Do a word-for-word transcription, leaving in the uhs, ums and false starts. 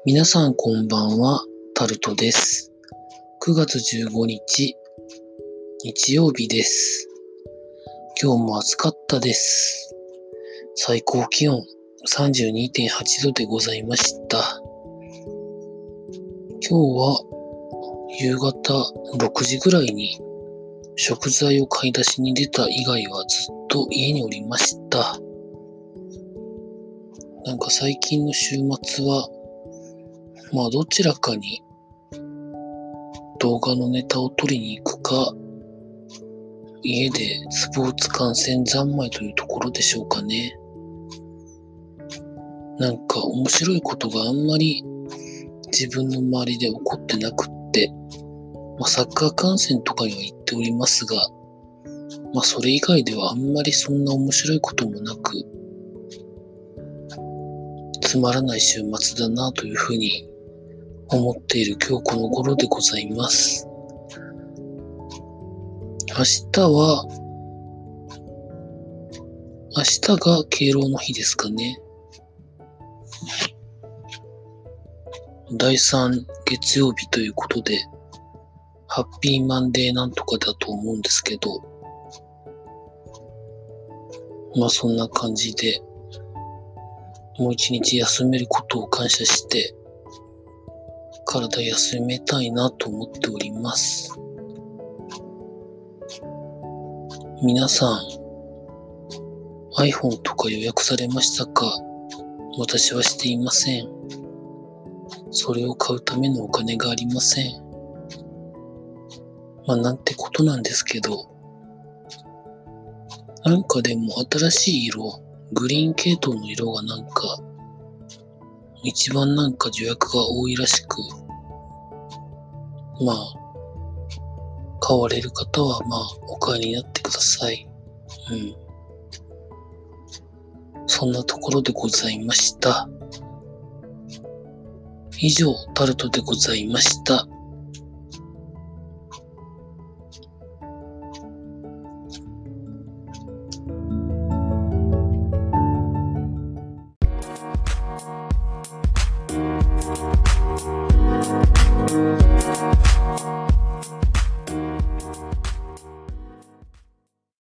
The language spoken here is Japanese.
皆さんこんばんは、タルトです。くがつじゅうごにち、日曜日です。今日も暑かったです。最高気温 さんじゅうにてんはちどでございました。今日は夕方ろくじぐらいに食材を買い出しに出た以外はずっと家におりました。なんか最近の週末はまあどちらかに動画のネタを撮りに行くか、家でスポーツ観戦三昧というところでしょうかね。なんか面白いことがあんまり自分の周りで起こってなくって、まあ、サッカー観戦とかには行っておりますが、まあそれ以外ではあんまりそんな面白いこともなく、つまらない週末だなというふうに思っている今日この頃でございます。明日は、明日が敬老の日ですかね。だいさん月曜日ということで、ハッピーマンデーなんとかだと思うんですけど、まあそんな感じで、もう一日休めることを感謝して、体休めたいなと思っております。皆さん、iPhone とか予約されましたか？私はしていません。それを買うためのお金がありません。まあなんてことなんですけど、なんかでも新しい色、グリーン系統の色がなんか、一番なんか予約が多いらしく、まあ、買われる方はまあお買いになってください。うん。そんなところでございました。以上、タルトでございました。